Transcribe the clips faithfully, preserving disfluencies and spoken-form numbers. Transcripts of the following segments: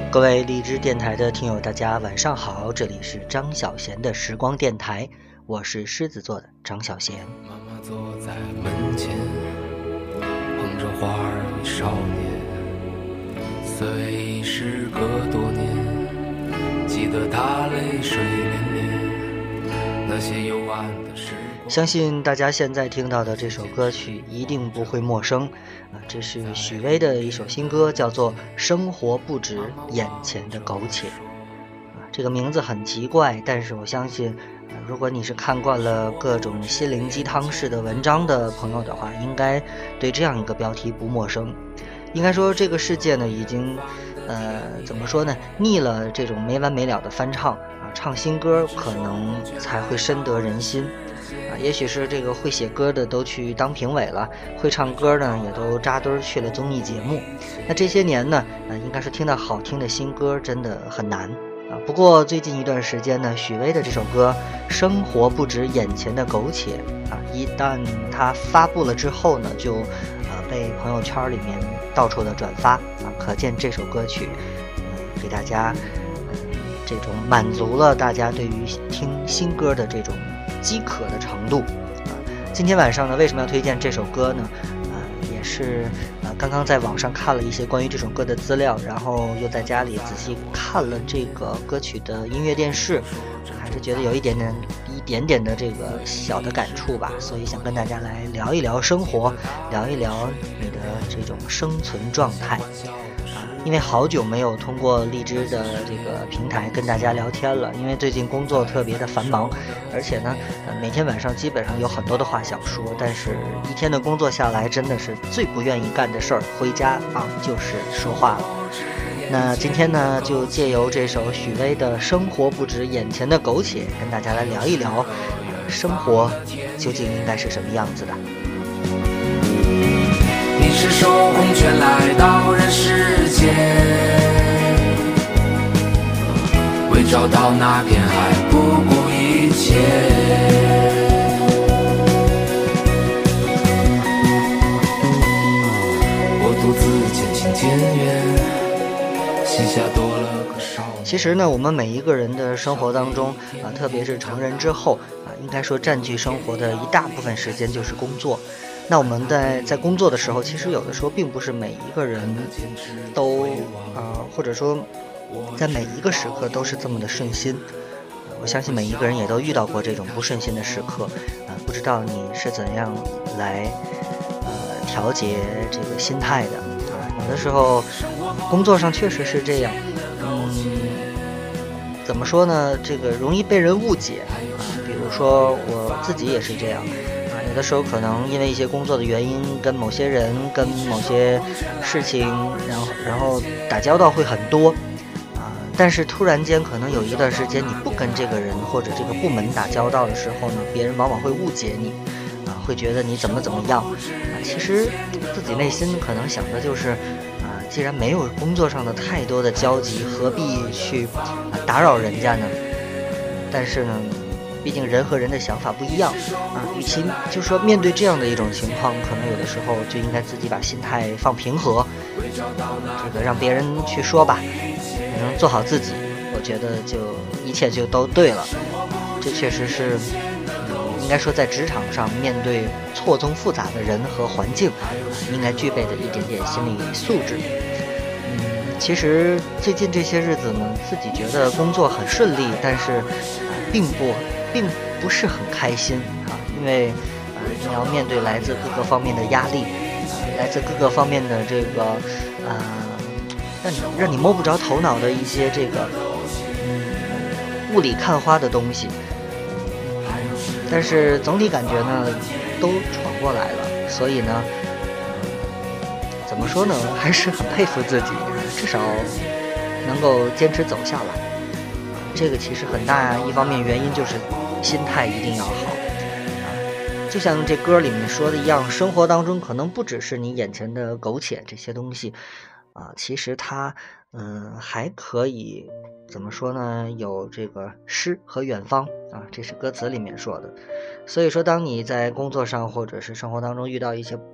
各位荔枝电台的听友，大家晚上好，这里是张小贤的时光电台，我是狮子座的张小贤。 妈妈坐在门前，捧着花儿与少年，虽时隔多年，记得他泪水涟涟，那些幽暗的时光。 相信大家现在听到的这首歌曲一定不会陌生啊，这是许巍的一首新歌，叫做《生活不止眼前的苟且》啊。这个名字很奇怪，但是我相信啊，如果你是看惯了各种心灵鸡汤式的文章的朋友的话，应该对这样一个标题不陌生。应该说这个世界呢，已经呃怎么说呢，腻了这种没完没了的翻唱啊，唱新歌可能才会深得人心啊。也许是这个会写歌的都去当评委了，会唱歌呢也都扎堆去了综艺节目。那这些年呢，呃，应该是听到好听的新歌真的很难啊。不过最近一段时间呢，许巍的这首歌《生活不止眼前的苟且》啊，一旦它发布了之后呢，就呃被朋友圈里面到处的转发啊，可见这首歌曲，呃，给大家，呃，这种满足了大家对于听新歌的这种饥渴的程度啊。今天晚上呢，为什么要推荐这首歌呢？啊，也是呃刚刚在网上看了一些关于这首歌的资料，然后又在家里仔细看了这个歌曲的音乐电视，还是觉得有一点点一点点的这个小的感触吧，所以想跟大家来聊一聊生活，聊一聊你的这种生存状态啊。因为好久没有通过荔枝的这个平台跟大家聊天了，因为最近工作特别的繁忙，而且呢，呃，每天晚上基本上有很多的话想说，但是一天的工作下来，真的是最不愿意干的事儿，回家啊就是说话了。那今天呢，就借由这首许巍的《生活不止眼前的苟且》，跟大家来聊一聊，呃，生活究竟应该是什么样子的。 你是受空圈来到人世间，为找到那片海不顾一切，我独自渐行渐远，膝下多了个少年。 其实呢，我们每一个人的生活当中啊，特别是成人之后啊，应该说占据生活的一大部分时间就是工作。那我们在在工作的时候，其实有的时候并不是每一个人都呃，或者说在每一个时刻都是这么的顺心。我相信每一个人也都遇到过这种不顺心的时刻啊，不知道你是怎样来呃调节这个心态的啊？有的时候工作上确实是这样，嗯，怎么说呢？这个容易被人误解啊。比如说我自己也是这样。有的时候可能因为一些工作的原因，跟某些人、跟某些事情，然后然后打交道会很多啊。但是突然间，可能有一段时间你不跟这个人或者这个部门打交道的时候呢，别人往往会误解你啊，会觉得你怎么怎么样啊。其实自己内心可能想的就是啊，既然没有工作上的太多的交集，何必去啊打扰人家呢？但是呢，毕竟人和人的想法不一样啊，与其就说面对这样的一种情况，可能有的时候就应该自己把心态放平和，这个让别人去说吧，能做好自己，我觉得就一切就都对了。这确实是，嗯，应该说在职场上面对错综复杂的人和环境，啊，应该具备的一点点心理素质。嗯，其实最近这些日子呢，自己觉得工作很顺利，但是啊，并不。并不是很开心啊，因为呃你要面对来自各个方面的压力，呃、来自各个方面的这个呃让你让你摸不着头脑的一些这个嗯雾里看花的东西，嗯，但是总体感觉呢都闯过来了，所以呢，呃、怎么说呢，还是很佩服自己，至少能够坚持走下来。这个其实很大一方面原因就是心态一定要好啊，就像这歌里面说的一样，生活当中可能不只是你眼前的苟且这些东西啊，其实它嗯、呃、还可以怎么说呢，有这个诗和远方啊，这是歌词里面说的。所以说当你在工作上或者是生活当中遇到一些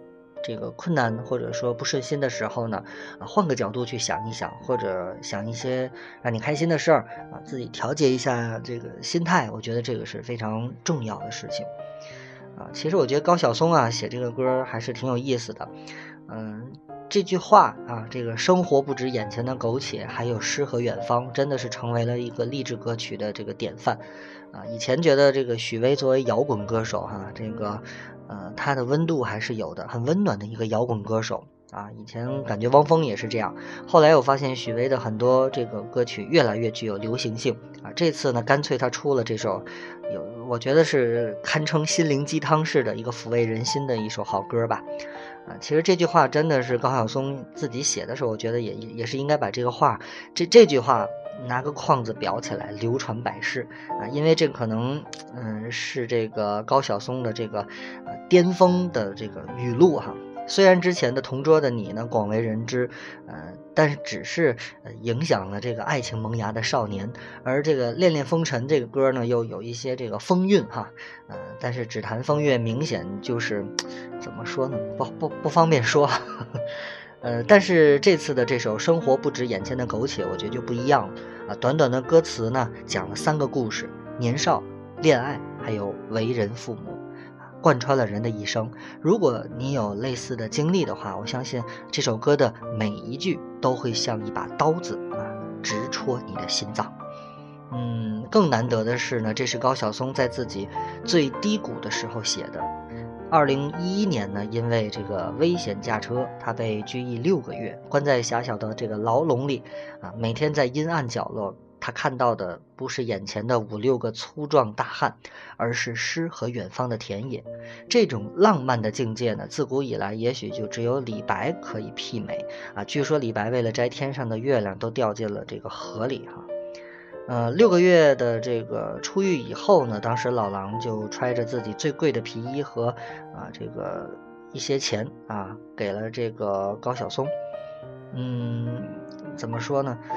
这个困难或者说不顺心的时候呢，啊，换个角度去想一想，或者想一些让你开心的事儿啊，自己调节一下这个心态，我觉得这个是非常重要的事情啊。其实我觉得高晓松啊写这个歌还是挺有意思的，嗯。这句话啊，这个生活不止眼前的苟且，还有诗和远方，真的是成为了一个励志歌曲的这个典范啊。以前觉得这个许巍作为摇滚歌手哈、啊，这个呃他的温度还是有的，很温暖的一个摇滚歌手啊。以前感觉汪峰也是这样，后来我发现许巍的很多这个歌曲越来越具有流行性啊。这次呢，干脆他出了这首有我觉得是堪称心灵鸡汤式的一个抚慰人心的一首好歌吧。啊，其实这句话真的是高晓松自己写的时候，我觉得也也是应该把这个话，这这句话拿个框子裱起来，流传百世啊，因为这可能嗯是这个高晓松的这个呃巅峰的这个语录哈。虽然之前的同桌的你呢广为人知，呃，但是只是呃影响了这个爱情萌芽的少年，而这个恋恋风尘这个歌呢又有一些这个风韵哈，呃，但是只谈风月明显就是怎么说呢，不不不方便说，呵呵呃，但是这次的这首生活不止眼前的苟且，我觉得就不一样了啊，短短的歌词呢讲了三个故事：年少、恋爱，还有为人父母。贯穿了人的一生。如果你有类似的经历的话，我相信这首歌的每一句都会像一把刀子啊，直戳你的心脏。嗯，更难得的是呢，这是高晓松在自己最低谷的时候写的。二零一一年呢，因为这个危险驾车，他被拘役六个月，关在狭小的这个牢笼里啊，每天在阴暗角落。他看到的不是眼前的五六个粗壮大汉，而是诗和远方的田野。这种浪漫的境界呢，自古以来也许就只有李白可以媲美啊。据说李白为了摘天上的月亮，都掉进了这个河里哈。呃，六个月的这个出狱以后呢，当时老狼就揣着自己最贵的皮衣和啊这个一些钱啊，给了这个高晓松。嗯，怎么说呢？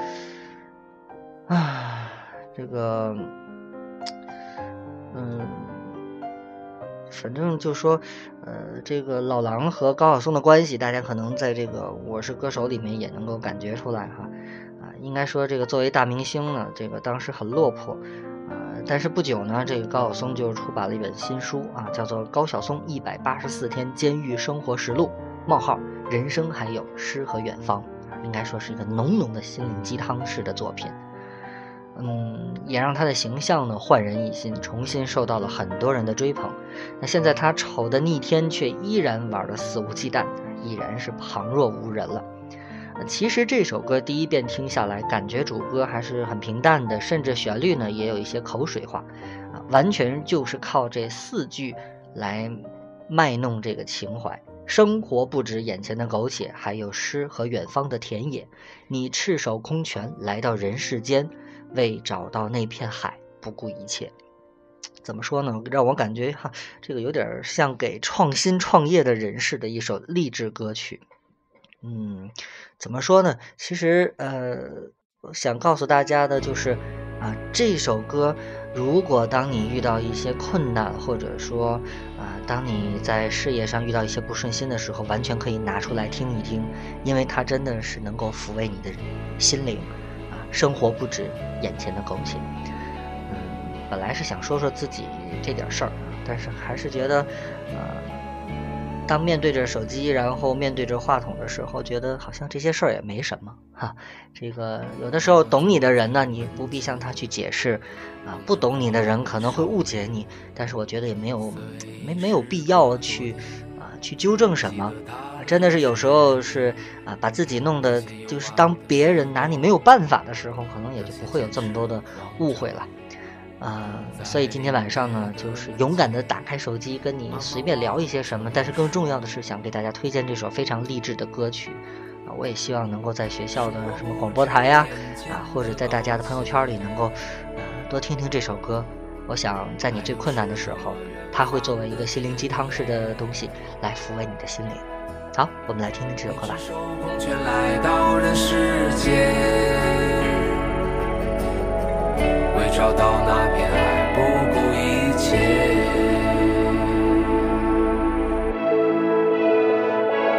啊，这个，嗯，反正就说，呃，这个老狼和高晓松的关系，大家可能在这个《我是歌手》里面也能够感觉出来哈。啊，应该说这个作为大明星呢，这个当时很落魄，啊，但是不久呢，这个高晓松就出版了一本新书啊，叫做《高晓松一百八十四天监狱生活实录：冒号人生还有诗和远方》啊，应该说是一个浓浓的心灵鸡汤式的作品。嗯，也让他的形象呢焕然一新，重新受到了很多人的追捧。那现在他丑的逆天，却依然玩得肆无忌惮，依然是旁若无人了。其实这首歌第一遍听下来，感觉主歌还是很平淡的，甚至旋律呢也有一些口水化啊，完全就是靠这四句来卖弄这个情怀。生活不止眼前的苟且，还有诗和远方的田野。你赤手空拳来到人世间，为找到那片海不顾一切。怎么说呢，让我感觉哈，这个有点像给创新创业的人士的一首励志歌曲。嗯，怎么说呢，其实呃想告诉大家的就是啊，这首歌如果当你遇到一些困难，或者说啊当你在事业上遇到一些不顺心的时候，完全可以拿出来听一听，因为它真的是能够抚慰你的心灵啊。生活不止眼前的苟且。嗯，本来是想说说自己这点事儿，但是还是觉得呃当面对着手机，然后面对着话筒的时候，觉得好像这些事儿也没什么哈。这个有的时候懂你的人呢，你不必向他去解释啊；不懂你的人可能会误解你，但是我觉得也没有没没有必要去啊去纠正什么。真的是有时候是啊，把自己弄得就是当别人拿你没有办法的时候，可能也就不会有这么多的误会了。啊、呃，所以今天晚上呢，就是勇敢的打开手机，跟你随便聊一些什么。但是更重要的是，想给大家推荐这首非常励志的歌曲。啊，我也希望能够在学校的什么广播台呀，啊，或者在大家的朋友圈里能够，呃，多听听这首歌。我想在你最困难的时候，它会作为一个心灵鸡汤式的东西来抚慰你的心灵。好，我们来听听这首歌吧。 来到人世间，为找到那片海不顾一切。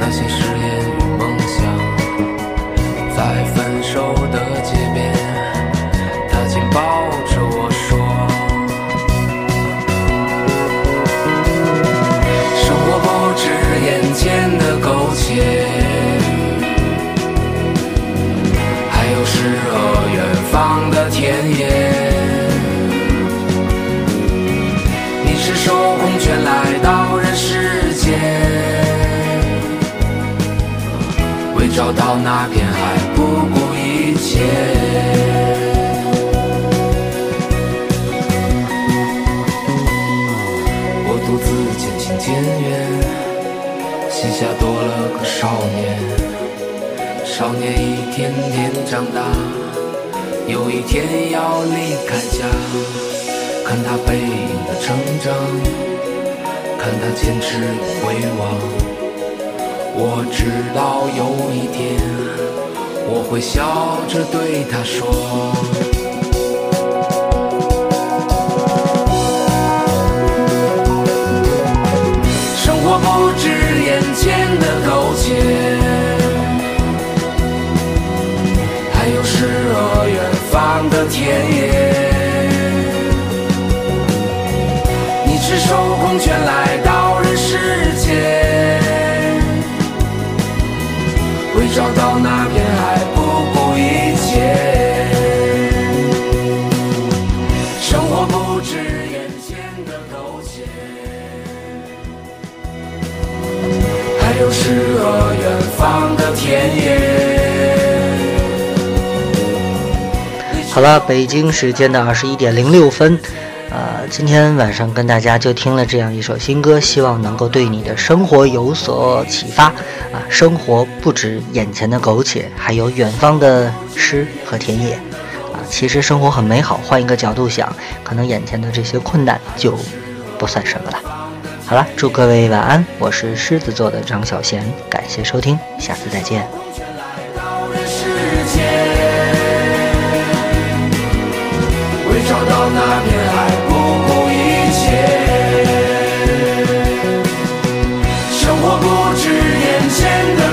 那些誓言与梦想，在分手的街边，他紧抱着我说，生活不止眼前的苟且，还有诗和远方的田野。你是受红圈来到人世间，为找到那片海不顾一切。我独自渐行渐远，膝下多了个少年。少年一天天长大，有一天要离开家，看他背影的成长，看他坚持与回望。我知道有一天我会笑着对他说，生活不止眼前的苟且，还有诗和远方的田野。你赤手空拳来到人世间，为找到那片海不顾一切。生活不止眼前的苟且，还有诗和远方的田野。 好了，北京时间的二十一点零六分，呃，今天晚上跟大家就听了这样一首新歌，希望能够对你的生活有所启发啊！生活不止眼前的苟且，还有远方的诗和田野啊！其实生活很美好，换一个角度想，可能眼前的这些困难就不算什么了。好了，祝各位晚安，我是狮子座的张小贤，感谢收听，下次再见。 为找到那片海不顾一切，生活不止眼前的